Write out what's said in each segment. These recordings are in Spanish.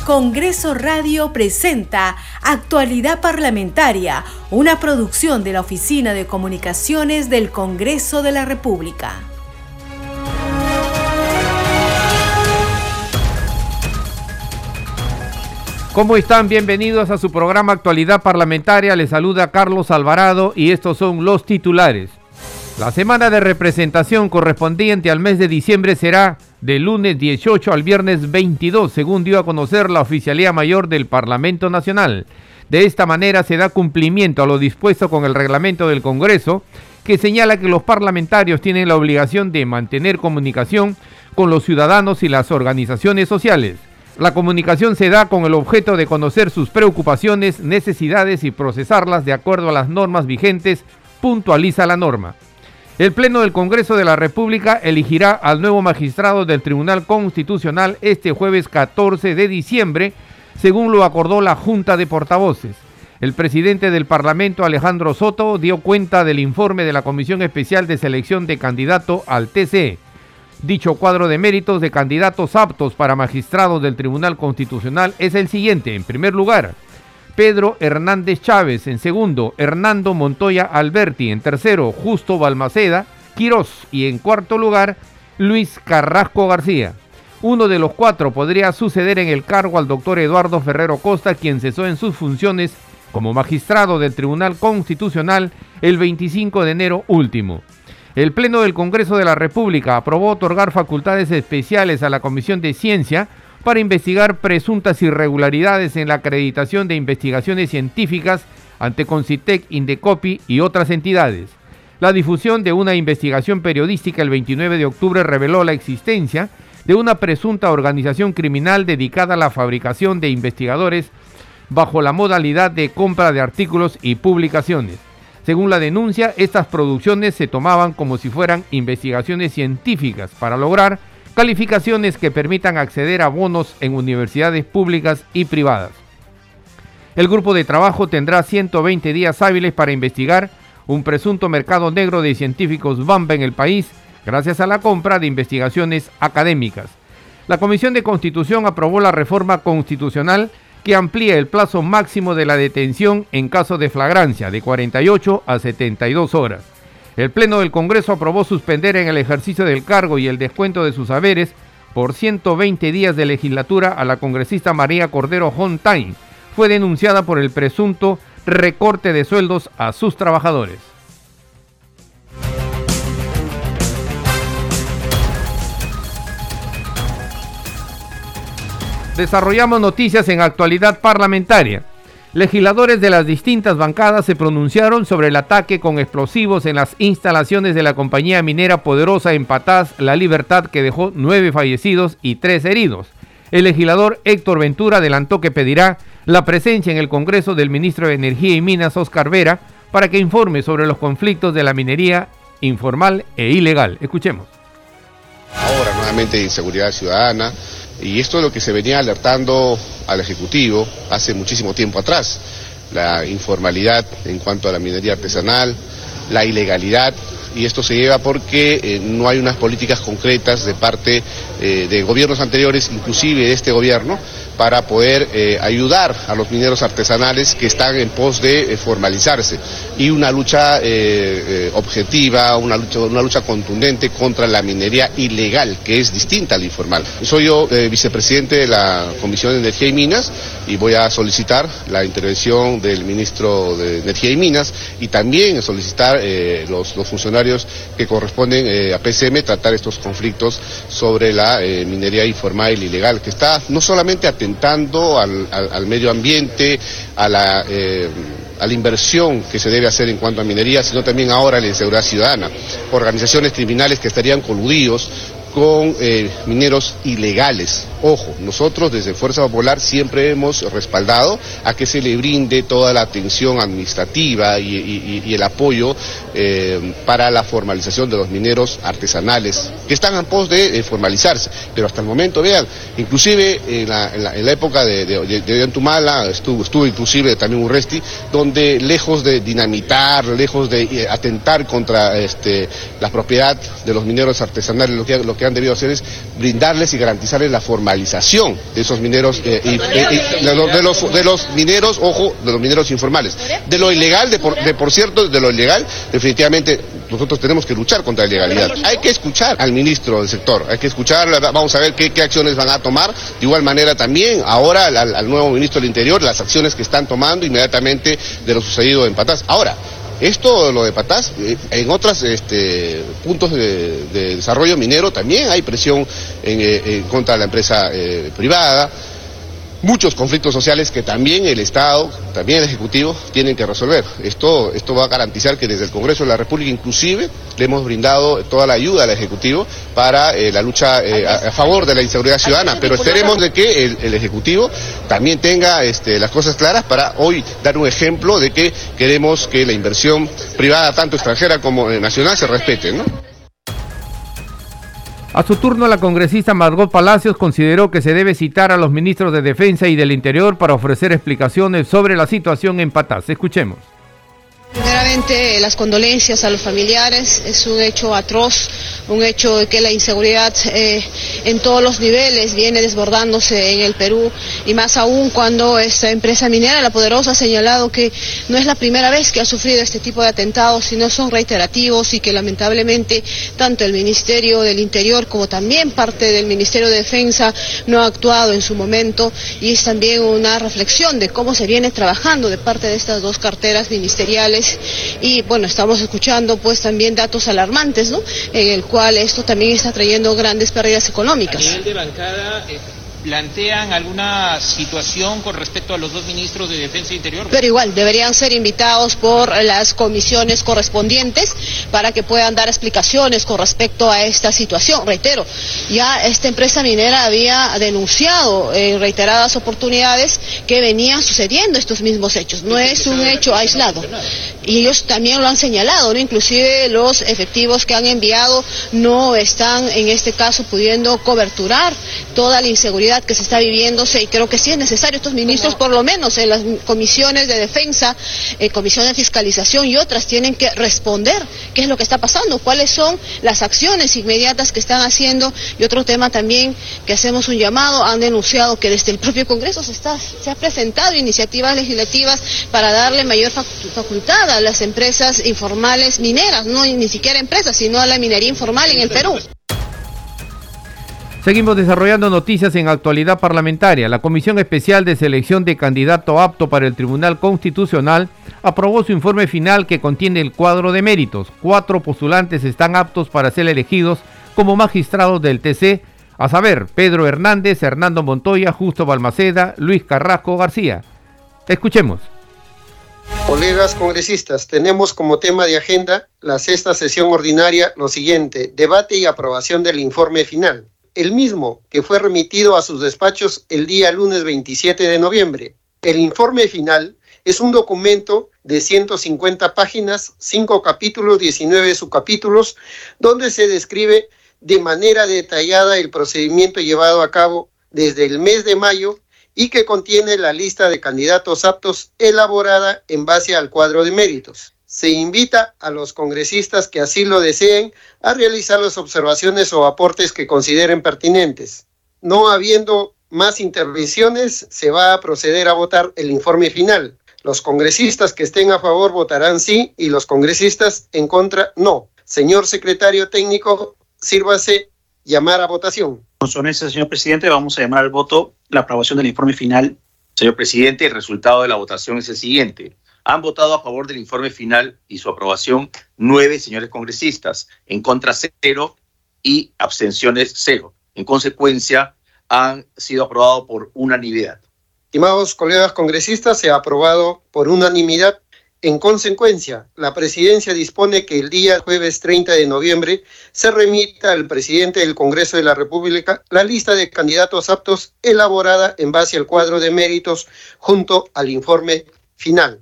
Congreso Radio presenta Actualidad Parlamentaria, una producción de la Oficina de Comunicaciones del Congreso de la República. ¿Cómo están? Bienvenidos a su programa Actualidad Parlamentaria. Les saluda Carlos Alvarado y estos son los titulares. La semana de representación correspondiente al mes de diciembre será del lunes 18 al viernes 22, según dio a conocer la Oficialía Mayor del Parlamento Nacional. De esta manera se da cumplimiento a lo dispuesto con el reglamento del Congreso, que señala que los parlamentarios tienen la obligación de mantener comunicación con los ciudadanos y las organizaciones sociales. La comunicación se da con el objeto de conocer sus preocupaciones, necesidades y procesarlas de acuerdo a las normas vigentes, puntualiza la norma. El Pleno del Congreso de la República elegirá al nuevo magistrado del Tribunal Constitucional este jueves 14 de diciembre, según lo acordó la Junta de Portavoces. El presidente del Parlamento, Alejandro Soto, dio cuenta del informe de la Comisión Especial de Selección de Candidato al TCE. Dicho cuadro de méritos de candidatos aptos para magistrados del Tribunal Constitucional es el siguiente. En primer lugar, Pedro Hernández Chávez. En segundo, Hernando Montoya Alberti. En tercero, Justo Balmaceda Quirós. Y en cuarto lugar, Luis Carrasco García. Uno de los cuatro podría suceder en el cargo al doctor Eduardo Ferrero Costa, quien cesó en sus funciones como magistrado del Tribunal Constitucional el 25 de enero último. El Pleno del Congreso de la República aprobó otorgar facultades especiales a la Comisión de Ciencia para investigar presuntas irregularidades en la acreditación de investigaciones científicas ante Concitec, Indecopi y otras entidades. La difusión de una investigación periodística el 29 de octubre reveló la existencia de una presunta organización criminal dedicada a la fabricación de investigadores bajo la modalidad de compra de artículos y publicaciones. Según la denuncia, estas producciones se tomaban como si fueran investigaciones científicas para lograr calificaciones que permitan acceder a bonos en universidades públicas y privadas. El grupo de trabajo tendrá 120 días hábiles para investigar un presunto mercado negro de científicos Bamba en el país, gracias a la compra de investigaciones académicas. La Comisión de Constitución aprobó la reforma constitucional que amplía el plazo máximo de la detención en caso de flagrancia de 48 a 72 horas. El Pleno del Congreso aprobó suspender en el ejercicio del cargo y el descuento de sus haberes por 120 días de legislatura a la congresista María Cordero Hontain. Fue denunciada por el presunto recorte de sueldos a sus trabajadores. Desarrollamos noticias en Actualidad Parlamentaria. Legisladores de las distintas bancadas se pronunciaron sobre el ataque con explosivos en las instalaciones de la compañía minera Poderosa en Patás, La Libertad, que dejó 9 fallecidos y 3 heridos. El legislador Héctor Ventura adelantó que pedirá la presencia en el Congreso del ministro de Energía y Minas, Óscar Vera, para que informe sobre los conflictos de la minería informal e ilegal. Escuchemos. Ahora nuevamente inseguridad ciudadana. Y esto es lo que se venía alertando al Ejecutivo hace muchísimo tiempo atrás. La informalidad en cuanto a la minería artesanal, la ilegalidad, y esto se lleva porque no hay unas políticas concretas de parte de gobiernos anteriores, inclusive de este gobierno, para poder ayudar a los mineros artesanales que están en pos de formalizarse, y una lucha objetiva, una lucha contundente contra la minería ilegal, que es distinta al informal. Soy yo vicepresidente de la Comisión de Energía y Minas, y voy a solicitar la intervención del ministro de Energía y Minas, y también solicitar los funcionarios que corresponden a PCM tratar estos conflictos sobre la minería informal y ilegal, que está no solamente atentando al medio ambiente, a la inversión que se debe hacer en cuanto a minería, sino también ahora a la inseguridad ciudadana. Organizaciones criminales que estarían coludidos con mineros ilegales. Ojo, nosotros desde Fuerza Popular siempre hemos respaldado a que se le brinde toda la atención administrativa y el apoyo para la formalización de los mineros artesanales que están en pos de formalizarse. Pero hasta el momento, vean, inclusive en la época de Antumala estuvo inclusive también Urresti, donde lejos de dinamitar, lejos de atentar contra la propiedad de los mineros artesanales, lo que que han debido hacer es brindarles y garantizarles la formalización de esos mineros, de los mineros informales. De lo ilegal, por cierto, de lo ilegal, definitivamente nosotros tenemos que luchar contra la ilegalidad. Hay que escuchar al ministro del sector, hay que escuchar, vamos a ver qué acciones van a tomar. De igual manera también ahora al nuevo ministro del Interior, las acciones que están tomando inmediatamente de lo sucedido en Patás. Ahora, lo de Patás, en otros puntos de desarrollo minero también hay presión contra la empresa privada. Muchos conflictos sociales que también el Estado, también el Ejecutivo tienen que resolver. Esto va a garantizar que desde el Congreso de la República inclusive le hemos brindado toda la ayuda al Ejecutivo para la lucha a favor de la inseguridad ciudadana, pero esperemos de que el Ejecutivo también tenga las cosas claras para hoy dar un ejemplo de que queremos que la inversión privada, tanto extranjera como nacional, se respete, ¿no? A su turno, la congresista Margot Palacios consideró que se debe citar a los ministros de Defensa y del Interior para ofrecer explicaciones sobre la situación en Patás. Escuchemos. Primeramente, las condolencias a los familiares. Es un hecho atroz, un hecho de que la inseguridad en todos los niveles viene desbordándose en el Perú, y más aún cuando esta empresa minera, La Poderosa, ha señalado que no es la primera vez que ha sufrido este tipo de atentados, sino son reiterativos, y que lamentablemente tanto el Ministerio del Interior como también parte del Ministerio de Defensa no ha actuado en su momento, y es también una reflexión de cómo se viene trabajando de parte de estas dos carteras ministeriales. Y bueno, estamos escuchando pues también datos alarmantes, ¿no?, en el cual esto también está trayendo grandes pérdidas económicas. A nivel de bancada, ¿plantean alguna situación con respecto a los dos ministros de Defensa e Interior? Pero igual, deberían ser invitados por las comisiones correspondientes para que puedan dar explicaciones con respecto a esta situación. Reitero, ya esta empresa minera había denunciado en reiteradas oportunidades que venían sucediendo estos mismos hechos. No es un hecho aislado. Y ellos también lo han señalado, ¿no? Inclusive los efectivos que han enviado no están, en este caso, pudiendo coberturar toda la inseguridad que se está viviéndose, y creo que sí es necesario estos ministros, por lo menos en las comisiones de defensa, comisión de fiscalización y otras, tienen que responder qué es lo que está pasando, cuáles son las acciones inmediatas que están haciendo. Y otro tema también que hacemos un llamado: han denunciado que desde el propio Congreso se ha presentado iniciativas legislativas para darle mayor facultad a las empresas informales mineras, no ni siquiera empresas, sino a la minería informal en el Perú. Seguimos desarrollando noticias en actualidad parlamentaria. La Comisión Especial de Selección de Candidato Apto para el Tribunal Constitucional aprobó su informe final, que contiene el cuadro de méritos. 4 postulantes están aptos para ser elegidos como magistrados del TC, a saber, Pedro Hernández, Hernando Montoya, Justo Balmaceda, Luis Carrasco García. Escuchemos. Colegas congresistas, tenemos como tema de agenda la 6ª sesión ordinaria lo siguiente: debate y aprobación del informe final. El mismo, que fue remitido a sus despachos el día lunes 27 de noviembre. El informe final es un documento de 150 páginas, 5 capítulos, 19 subcapítulos, donde se describe de manera detallada el procedimiento llevado a cabo desde el mes de mayo, y que contiene la lista de candidatos aptos elaborada en base al cuadro de méritos. Se invita a los congresistas que así lo deseen a realizar las observaciones o aportes que consideren pertinentes. No habiendo más intervenciones, se va a proceder a votar el informe final. Los congresistas que estén a favor votarán sí, y los congresistas en contra no. Señor secretario técnico, sírvase llamar a votación. Con su anuencia, señor presidente, vamos a llamar al voto la aprobación del informe final. Señor presidente, el resultado de la votación es el siguiente. Han votado a favor del informe final y su aprobación 9 señores congresistas, en contra 0 y abstenciones 0. En consecuencia, han sido aprobados por unanimidad. Estimados colegas congresistas, se ha aprobado por unanimidad. En consecuencia, la presidencia dispone que el día jueves 30 de noviembre se remita al presidente del Congreso de la República la lista de candidatos aptos elaborada en base al cuadro de méritos junto al informe final.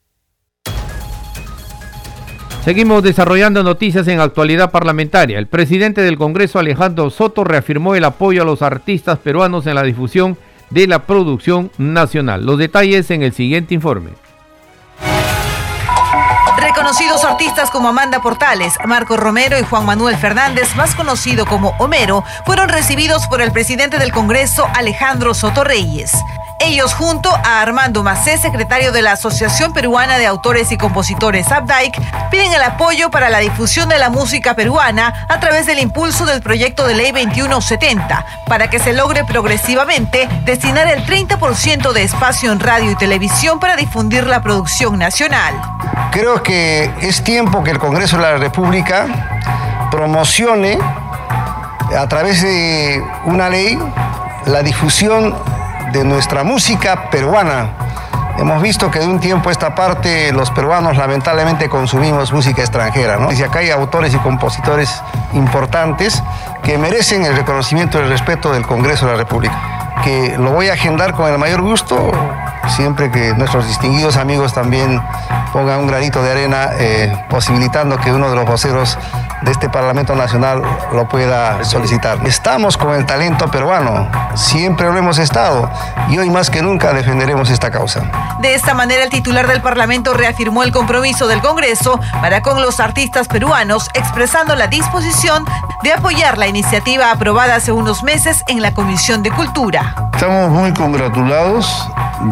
Seguimos desarrollando noticias en actualidad parlamentaria. El presidente del Congreso, Alejandro Soto, reafirmó el apoyo a los artistas peruanos en la difusión de la producción nacional. Los detalles en el siguiente informe. Conocidos artistas como Amanda Portales, Marco Romero y Juan Manuel Fernández, más conocido como Homero, fueron recibidos por el presidente del Congreso, Alejandro Soto Reyes. Ellos, junto a Armando Macé, secretario de la Asociación Peruana de Autores y Compositores, APDAIC, piden el apoyo para la difusión de la música peruana a través del impulso del proyecto de ley 2170, para que se logre progresivamente destinar el 30% de espacio en radio y televisión para difundir la producción nacional. Creo que es tiempo que el Congreso de la República promocione a través de una ley la difusión de nuestra música peruana. Hemos visto que de un tiempo a esta parte los peruanos lamentablemente consumimos música extranjera, ¿no? Y acá hay autores y compositores importantes que merecen el reconocimiento y el respeto del Congreso de la República, que lo voy a agendar con el mayor gusto, siempre que nuestros distinguidos amigos también pongan un granito de arena, posibilitando que uno de los voceros de este Parlamento Nacional lo pueda solicitar. Estamos con el talento peruano, siempre lo hemos estado, y hoy más que nunca defenderemos esta causa. De esta manera, el titular del Parlamento reafirmó el compromiso del Congreso para con los artistas peruanos, expresando la disposición de apoyar la iniciativa aprobada hace unos meses en la Comisión de Cultura. Estamos muy congratulados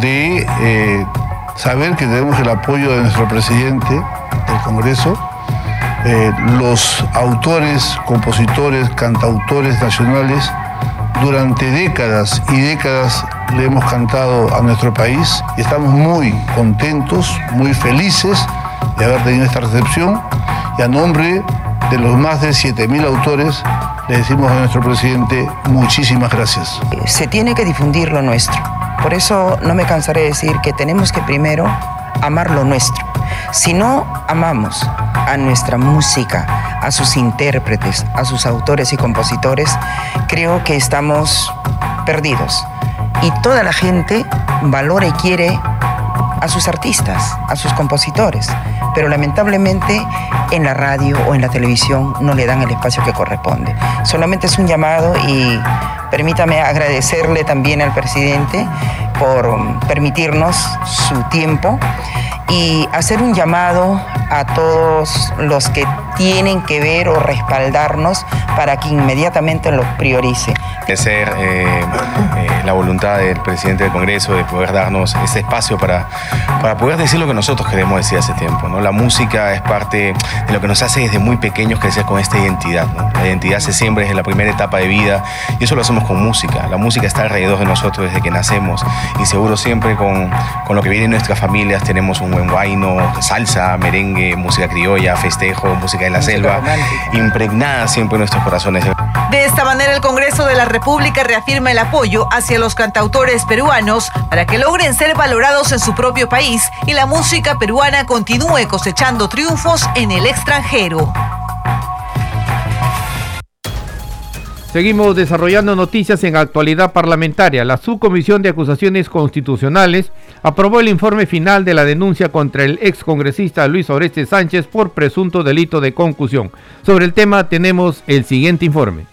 de saber que tenemos el apoyo de nuestro presidente del Congreso. Los autores, compositores, cantautores nacionales, durante décadas y décadas le hemos cantado a nuestro país y estamos muy contentos, muy felices de haber tenido esta recepción, y a nombre de los más de 7.000 autores le decimos a nuestro presidente muchísimas gracias. Se tiene que difundir lo nuestro, por eso no me cansaré de decir que tenemos que primero amar lo nuestro. Si no amamos a nuestra música, a sus intérpretes, a sus autores y compositores, creo que estamos perdidos. Y toda la gente valora y quiere a sus artistas, a sus compositores, pero lamentablemente en la radio o en la televisión no le dan el espacio que corresponde. Solamente es un llamado, y permítame agradecerle también al presidente por permitirnos su tiempo y hacer un llamado a todos los que tienen que ver o respaldarnos para que inmediatamente los priorice. Agradecer la voluntad del presidente del Congreso de poder darnos este espacio para poder decir lo que nosotros queremos decir hace tiempo, ¿no? La música es parte de lo que nos hace desde muy pequeños crecer con esta identidad, ¿no? La identidad se siembra desde la primera etapa de vida, y eso lo hacemos con música. La música está alrededor de nosotros desde que nacemos, y seguro siempre con lo que viene en nuestras familias tenemos un buen guayno, salsa, merengue, música criolla, festejo, música de la selva, impregnada siempre en nuestros corazones. De esta manera, el Congreso de la República reafirma el apoyo hacia los cantautores peruanos para que logren ser valorados en su propio país y la música peruana continúe cosechando triunfos en el extranjero. Seguimos desarrollando noticias en Actualidad Parlamentaria. La Subcomisión de Acusaciones Constitucionales aprobó el informe final de la denuncia contra el excongresista Luis Oreste Sánchez por presunto delito de concusión. Sobre el tema tenemos el siguiente informe.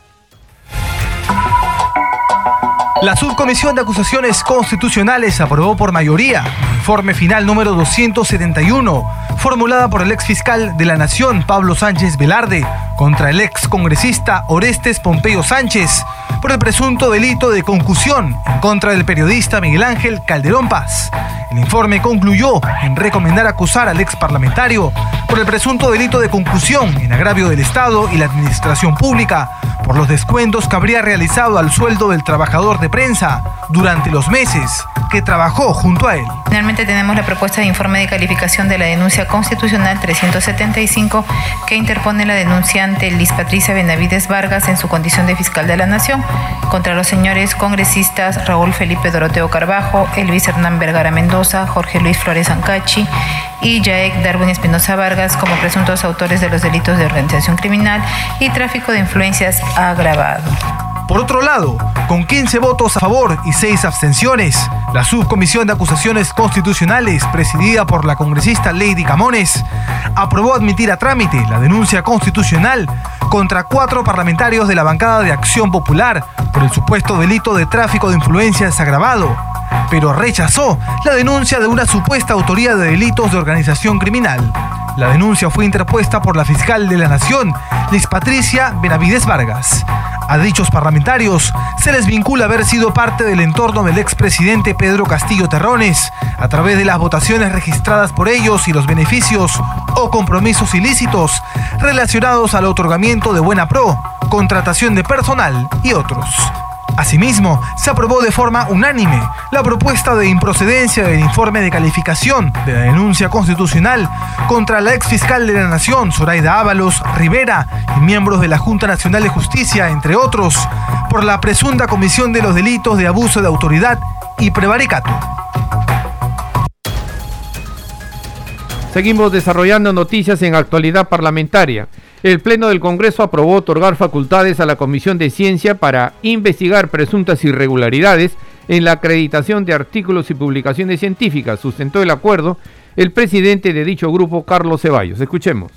La Subcomisión de Acusaciones Constitucionales aprobó por mayoría el informe final número 271, formulada por el exfiscal de la Nación, Pablo Sánchez Velarde, contra el excongresista Orestes Pompeyo Sánchez, por el presunto delito de concusión en contra del periodista Miguel Ángel Calderón Paz. El informe concluyó en recomendar acusar al exparlamentario por el presunto delito de concusión en agravio del Estado y la administración pública, por los descuentos que habría realizado al sueldo del trabajador de prensa durante los meses que trabajó junto a él. Finalmente tenemos la propuesta de informe de calificación de la denuncia constitucional 375 que interpone la denunciante Liz Patricia Benavides Vargas en su condición de fiscal de la Nación contra los señores congresistas Raúl Felipe Doroteo Carbajo, Elvis Hernán Vergara Mendoza, Jorge Luis Flores Ancachi y Yaek Darwin Espinosa Vargas como presuntos autores de los delitos de organización criminal y tráfico de influencias agravado. Por otro lado, con 15 votos a favor y 6 abstenciones, la Subcomisión de Acusaciones Constitucionales, presidida por la congresista Lady Camones, aprobó admitir a trámite la denuncia constitucional contra 4 parlamentarios de la bancada de Acción Popular por el supuesto delito de tráfico de influencias agravado, pero rechazó la denuncia de una supuesta autoría de delitos de organización criminal. La denuncia fue interpuesta por la fiscal de la Nación, Liz Patricia Benavides Vargas. A dichos parlamentarios se les vincula haber sido parte del entorno del expresidente Pedro Castillo Terrones a través de las votaciones registradas por ellos y los beneficios o compromisos ilícitos relacionados al otorgamiento de buena pro, contratación de personal y otros. Asimismo, se aprobó de forma unánime la propuesta de improcedencia del informe de calificación de la denuncia constitucional contra la exfiscal de la Nación, Zoraida Ábalos Rivera, y miembros de la Junta Nacional de Justicia, entre otros, por la presunta comisión de los delitos de abuso de autoridad y prevaricato. Seguimos desarrollando noticias en actualidad parlamentaria. El Pleno del Congreso aprobó otorgar facultades a la Comisión de Ciencia para investigar presuntas irregularidades en la acreditación de artículos y publicaciones científicas. Sustentó el acuerdo el presidente de dicho grupo, Carlos Ceballos. Escuchemos.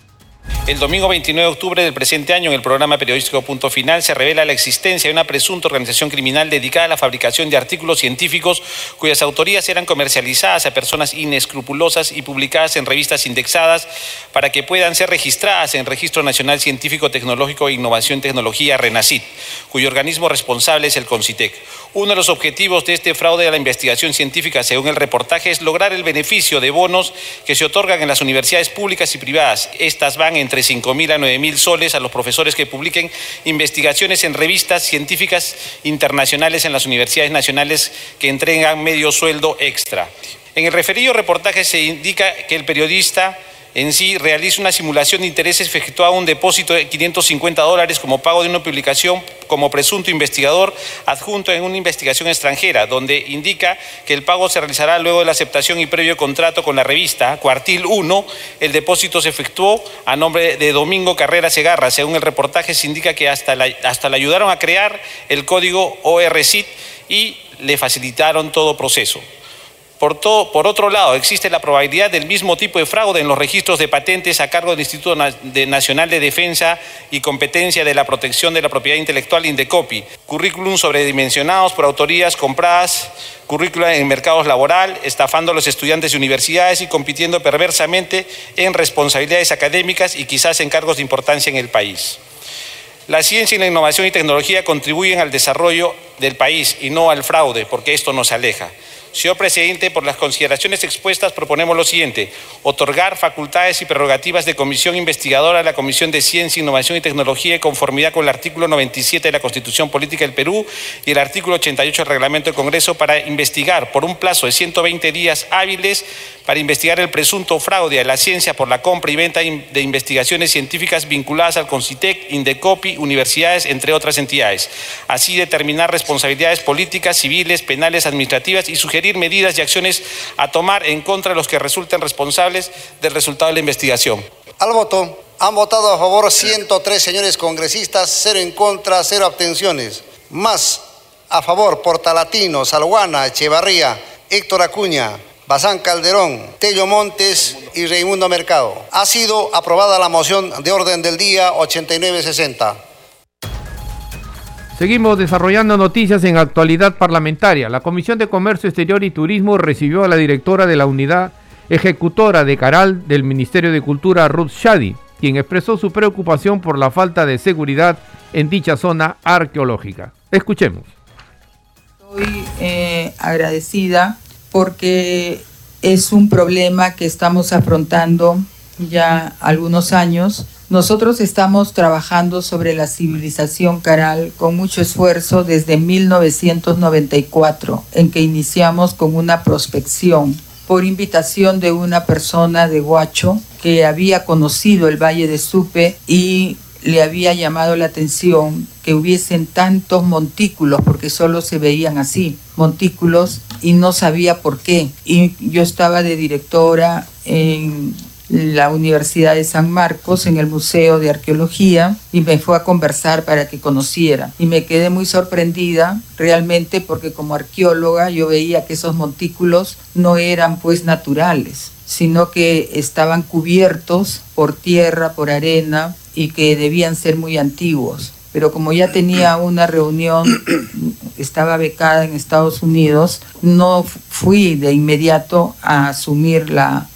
El domingo 29 de octubre del presente año, en el programa periodístico Punto Final, se revela la existencia de una presunta organización criminal dedicada a la fabricación de artículos científicos cuyas autorías eran comercializadas a personas inescrupulosas y publicadas en revistas indexadas para que puedan ser registradas en el Registro Nacional Científico, Tecnológico e Innovación Tecnología, RENACIT, cuyo organismo responsable es el CONCITEC. Uno de los objetivos de este fraude a la investigación científica, según el reportaje, es lograr el beneficio de bonos que se otorgan en las universidades públicas y privadas. Estas van entre 5.000 a 9.000 soles a los profesores que publiquen investigaciones en revistas científicas internacionales en las universidades nacionales que entregan medio sueldo extra. En el referido reportaje se indica que el periodista en sí realiza una simulación de intereses efectuada un depósito de $550 como pago de una publicación como presunto investigador adjunto en una investigación extranjera, donde indica que el pago se realizará luego de la aceptación y previo contrato con la revista. Cuartil 1, el depósito se efectuó a nombre de Domingo Carrera Segarra. Según el reportaje se indica que hasta le ayudaron a crear el código ORCID y le facilitaron todo proceso. Por otro lado, existe la probabilidad del mismo tipo de fraude en los registros de patentes a cargo del Instituto Nacional de Defensa y Competencia de la Protección de la Propiedad Intelectual, INDECOPI. Currículum sobredimensionados por autorías compradas, currículum en mercados laboral, estafando a los estudiantes de universidades y compitiendo perversamente en responsabilidades académicas y quizás en cargos de importancia en el país. La ciencia y la innovación y tecnología contribuyen al desarrollo del país y no al fraude, porque esto nos aleja. Señor presidente, por las consideraciones expuestas proponemos lo siguiente: otorgar facultades y prerrogativas de comisión investigadora a la Comisión de Ciencia, Innovación y Tecnología en conformidad con el artículo 97 de la Constitución Política del Perú y el artículo 88 del Reglamento del Congreso para investigar por un plazo de 120 días hábiles para investigar el presunto fraude a la ciencia por la compra y venta de investigaciones científicas vinculadas al CONCITEC, INDECOPI, universidades, entre otras entidades. Así determinar responsabilidades políticas, civiles, penales, administrativas y sugerir medidas y acciones a tomar en contra de los que resulten responsables del resultado de la investigación. Al voto han votado a favor 103 señores congresistas, 0 en contra, 0 abstenciones. Más a favor Portalatino, Salguana, Echevarría, Héctor Acuña, Bazán Calderón, Tello Montes y Raimundo Mercado. Ha sido aprobada la moción de orden del día 8960. Seguimos desarrollando noticias en actualidad parlamentaria. La Comisión de Comercio Exterior y Turismo recibió a la directora de la Unidad Ejecutora de Caral del Ministerio de Cultura, Ruth Shadi, quien expresó su preocupación por la falta de seguridad en dicha zona arqueológica. Escuchemos. Estoy agradecida porque es un problema que estamos afrontando ya algunos años. Nosotros estamos trabajando sobre la civilización Caral con mucho esfuerzo desde 1994, en que iniciamos con una prospección por invitación de una persona de Huacho que había conocido el Valle de Supe y le había llamado la atención que hubiesen tantos montículos, porque solo se veían así, montículos, y no sabía por qué. Y yo estaba de directora en la Universidad de San Marcos, en el Museo de Arqueología, y me fue a conversar para que conociera. Y me quedé muy sorprendida realmente, porque como arqueóloga yo veía que esos montículos no eran pues naturales, sino que estaban cubiertos por tierra, por arena, y que debían ser muy antiguos. Pero como ya tenía una reunión, estaba becada en Estados Unidos, no fui de inmediato a asumir la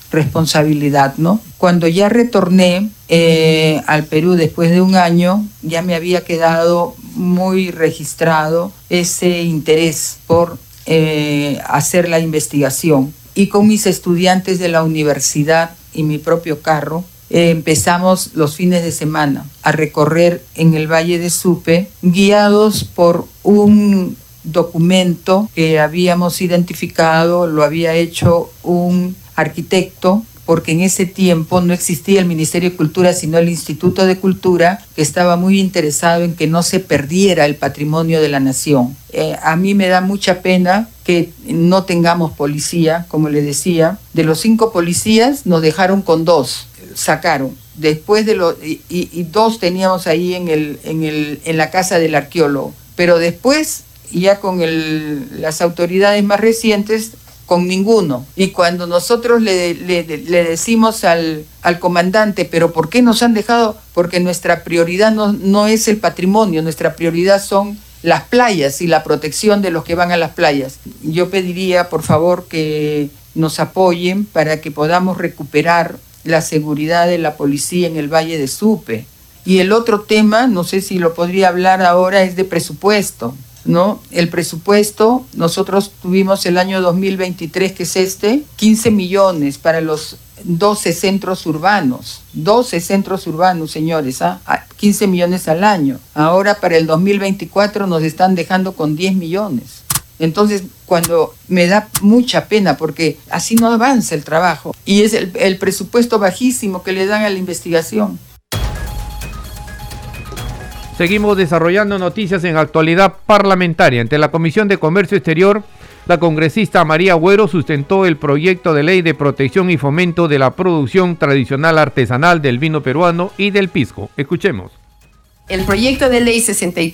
responsabilidad, ¿no? Cuando ya retorné al Perú después de un año, ya me había quedado muy registrado ese interés por hacer la investigación. Y con mis estudiantes de la universidad y mi propio carro, empezamos los fines de semana a recorrer en el Valle de Supe, guiados por un documento que habíamos identificado, lo había hecho un arquitecto, porque en ese tiempo no existía el Ministerio de Cultura, sino el Instituto de Cultura, que estaba muy interesado en que no se perdiera el patrimonio de la nación. A mí me da mucha pena que no tengamos policía, como le decía. De los 5 policías nos dejaron con 2, sacaron. Después de y 2 teníamos ahí en la casa del arqueólogo. Pero después, ya con las autoridades más recientes, con ninguno. Y cuando nosotros le decimos al comandante, pero ¿por qué nos han dejado? Porque nuestra prioridad no es el patrimonio, nuestra prioridad son las playas y la protección de los que van a las playas. Yo pediría, por favor, que nos apoyen para que podamos recuperar la seguridad de la policía en el Valle de Supe. Y el otro tema, no sé si lo podría hablar ahora, es de presupuesto, ¿no? El presupuesto, nosotros tuvimos el año 2023, que es 15 millones para los 12 centros urbanos. 12 centros urbanos, señores, 15 millones al año. Ahora para el 2024 nos están dejando con 10 millones. Entonces, cuando me da mucha pena, porque así no avanza el trabajo. Y es el presupuesto bajísimo que le dan a la investigación. Seguimos desarrollando noticias en actualidad parlamentaria. Ante la Comisión de Comercio Exterior, la congresista María Agüero sustentó el proyecto de ley de protección y fomento de la producción tradicional artesanal del vino peruano y del pisco. Escuchemos. El proyecto de ley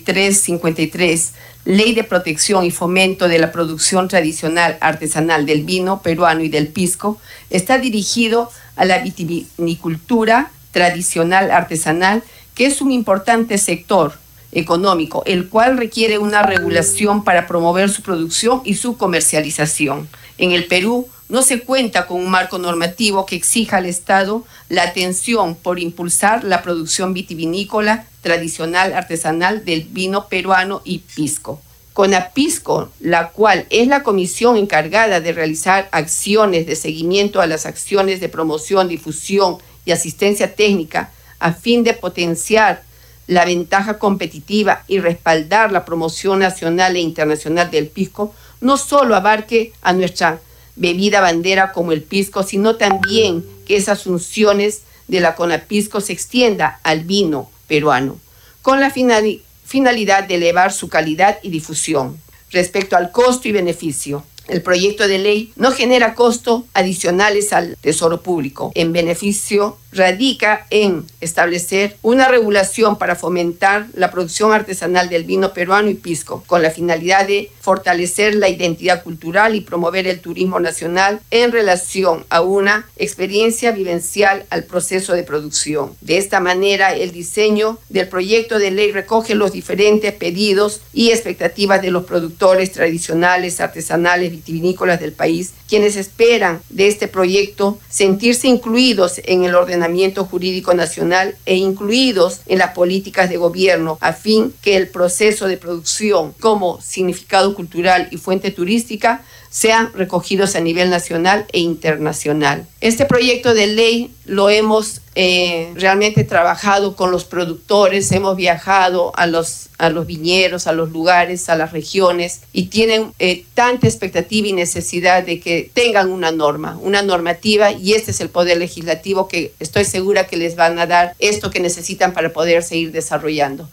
6353, Ley de Protección y Fomento de la Producción Tradicional Artesanal del Vino Peruano y del Pisco, está dirigido a la vitivinicultura tradicional artesanal, que es un importante sector económico, el cual requiere una regulación para promover su producción y su comercialización. En el Perú no se cuenta con un marco normativo que exija al Estado la atención por impulsar la producción vitivinícola tradicional artesanal del vino peruano y pisco. CONAPISCO, la cual es la comisión encargada de realizar acciones de seguimiento a las acciones de promoción, difusión y asistencia técnica, a fin de potenciar la ventaja competitiva y respaldar la promoción nacional e internacional del pisco, no solo abarque a nuestra bebida bandera como el pisco, sino también que esas funciones de la CONAPISCO se extienda al vino peruano, con la finalidad de elevar su calidad y difusión. Respecto al costo y beneficio, el proyecto de ley no genera costos adicionales al Tesoro Público. En beneficio, radica en establecer una regulación para fomentar la producción artesanal del vino peruano y pisco, con la finalidad de fortalecer la identidad cultural y promover el turismo nacional en relación a una experiencia vivencial al proceso de producción. De esta manera, el diseño del proyecto de ley recoge los diferentes pedidos y expectativas de los productores tradicionales, artesanales, vitivinícolas del país, quienes esperan de este proyecto sentirse incluidos en el ordenamiento jurídico nacional e incluidos en las políticas de gobierno, a fin que el proceso de producción como significado cultural y fuente turística sean recogidos a nivel nacional e internacional. Este proyecto de ley lo hemos realmente trabajado con los productores, hemos viajado a los viñedos, a los lugares, a las regiones, y tienen tanta expectativa y necesidad de que tengan una normativa, y este es el poder legislativo que estoy segura que les van a dar esto que necesitan para poder seguir desarrollando.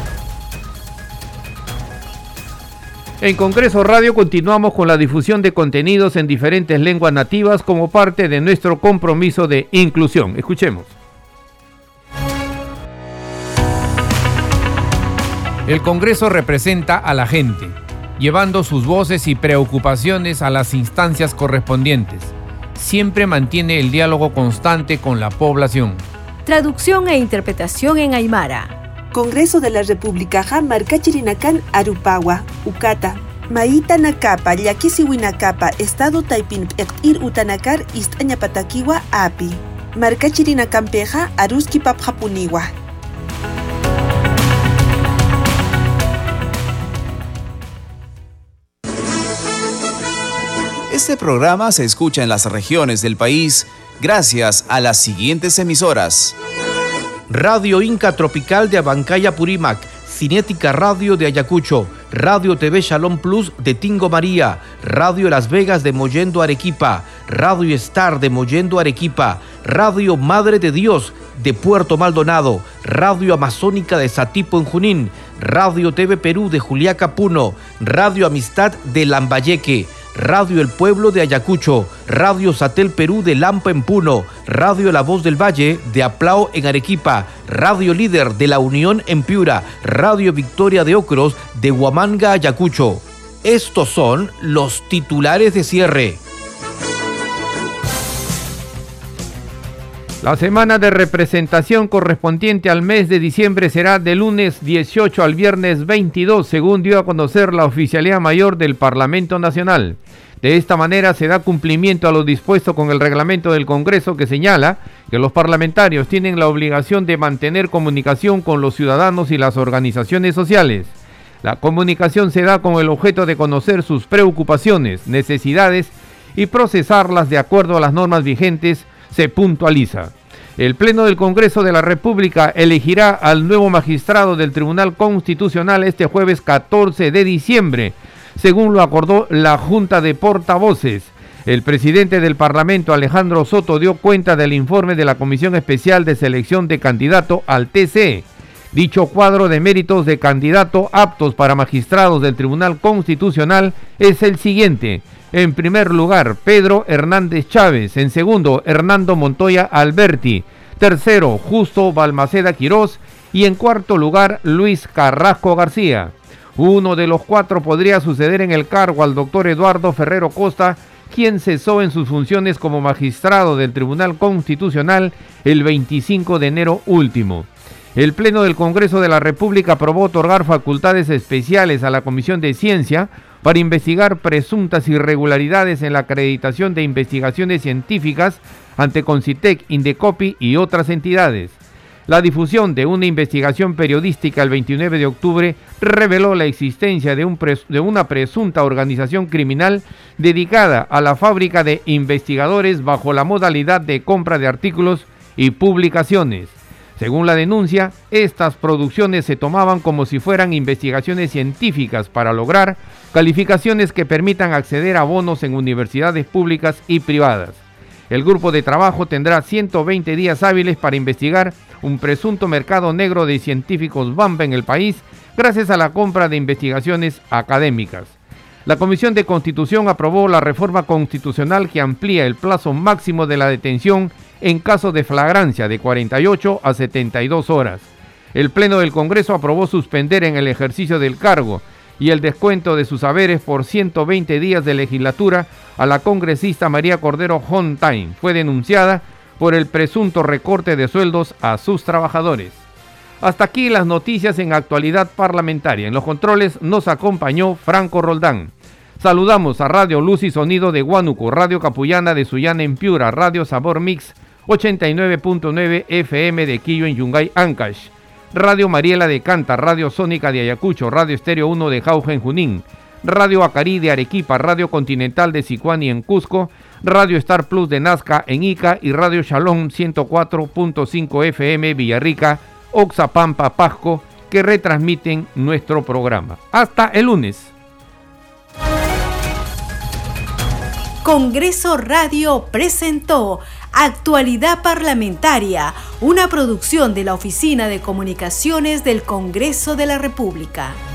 En Congreso Radio continuamos con la difusión de contenidos en diferentes lenguas nativas como parte de nuestro compromiso de inclusión. Escuchemos. El Congreso representa a la gente, llevando sus voces y preocupaciones a las instancias correspondientes. Siempre mantiene el diálogo constante con la población. Traducción e interpretación en Aymara. Congreso de la República Marcachirinacan Arupawa, Ucata, Maita nakapa, llakisi winakapa, estado taipin ir utanakar istaña patakiwa api. Markachirina campeja, aruski papjapuniwa. Este programa se escucha en las regiones del país gracias a las siguientes emisoras. Radio Inca Tropical de Abancaya Purímac, Cinética Radio de Ayacucho, Radio TV Shalom Plus de Tingo María, Radio Las Vegas de Mollendo Arequipa, Radio Star de Mollendo Arequipa, Radio Madre de Dios de Puerto Maldonado, Radio Amazónica de Satipo en Junín, Radio TV Perú de Juliaca Puno, Radio Amistad de Lambayeque, Radio El Pueblo de Ayacucho, Radio Satel Perú de Lampa en Puno, Radio La Voz del Valle de Aplao en Arequipa, Radio Líder de La Unión en Piura, Radio Victoria de Ocros de Huamanga, Ayacucho. Estos son los titulares de cierre. La semana de representación correspondiente al mes de diciembre será de lunes 18 al viernes 22, según dio a conocer la Oficialía Mayor del Parlamento Nacional. De esta manera se da cumplimiento a lo dispuesto con el reglamento del Congreso, que señala que los parlamentarios tienen la obligación de mantener comunicación con los ciudadanos y las organizaciones sociales. La comunicación se da con el objeto de conocer sus preocupaciones, necesidades y procesarlas de acuerdo a las normas vigentes, se puntualiza. El Pleno del Congreso de la República elegirá al nuevo magistrado del Tribunal Constitucional este jueves 14 de diciembre, según lo acordó la Junta de Portavoces. El presidente del Parlamento, Alejandro Soto, dio cuenta del informe de la Comisión Especial de Selección de Candidato al TC. Dicho cuadro de méritos de candidato aptos para magistrados del Tribunal Constitucional es el siguiente. En primer lugar, Pedro Hernández Chávez. En segundo, Hernando Montoya Alberti. Tercero, Justo Balmaceda Quirós. Y en cuarto lugar, Luis Carrasco García. Uno de los cuatro podría suceder en el cargo al doctor Eduardo Ferrero Costa, quien cesó en sus funciones como magistrado del Tribunal Constitucional el 25 de enero último. El Pleno del Congreso de la República aprobó otorgar facultades especiales a la Comisión de Ciencia para investigar presuntas irregularidades en la acreditación de investigaciones científicas ante Concitec, Indecopi y otras entidades. La difusión de una investigación periodística el 29 de octubre reveló la existencia de una presunta organización criminal dedicada a la fábrica de investigadores bajo la modalidad de compra de artículos y publicaciones. Según la denuncia, estas producciones se tomaban como si fueran investigaciones científicas para lograr calificaciones que permitan acceder a bonos en universidades públicas y privadas. El grupo de trabajo tendrá 120 días hábiles para investigar un presunto mercado negro de científicos bamba en el país gracias a la compra de investigaciones académicas. La Comisión de Constitución aprobó la reforma constitucional que amplía el plazo máximo de la detención en caso de flagrancia de 48 a 72 horas. El Pleno del Congreso aprobó suspender en el ejercicio del cargo y el descuento de sus haberes por 120 días de legislatura a la congresista María Cordero Hontain. Fue denunciada por el presunto recorte de sueldos a sus trabajadores. Hasta aquí las noticias en actualidad parlamentaria. En los controles nos acompañó Franco Roldán. Saludamos a Radio Luz y Sonido de Huánuco, Radio Capullana de Sullana en Piura, Radio Sabor Mix 89.9 FM de Quillo en Yungay, Ancash, Radio Mariela de Canta, Radio Sónica de Ayacucho, Radio Estéreo 1 de Jauja en Junín, Radio Acarí de Arequipa, Radio Continental de Sicuani en Cusco, Radio Star Plus de Nazca en Ica y Radio Shalom 104.5 FM Villarrica, Oxapampa, Pasco, que retransmiten nuestro programa. Hasta el lunes. Congreso Radio presentó Actualidad Parlamentaria, una producción de la Oficina de Comunicaciones del Congreso de la República.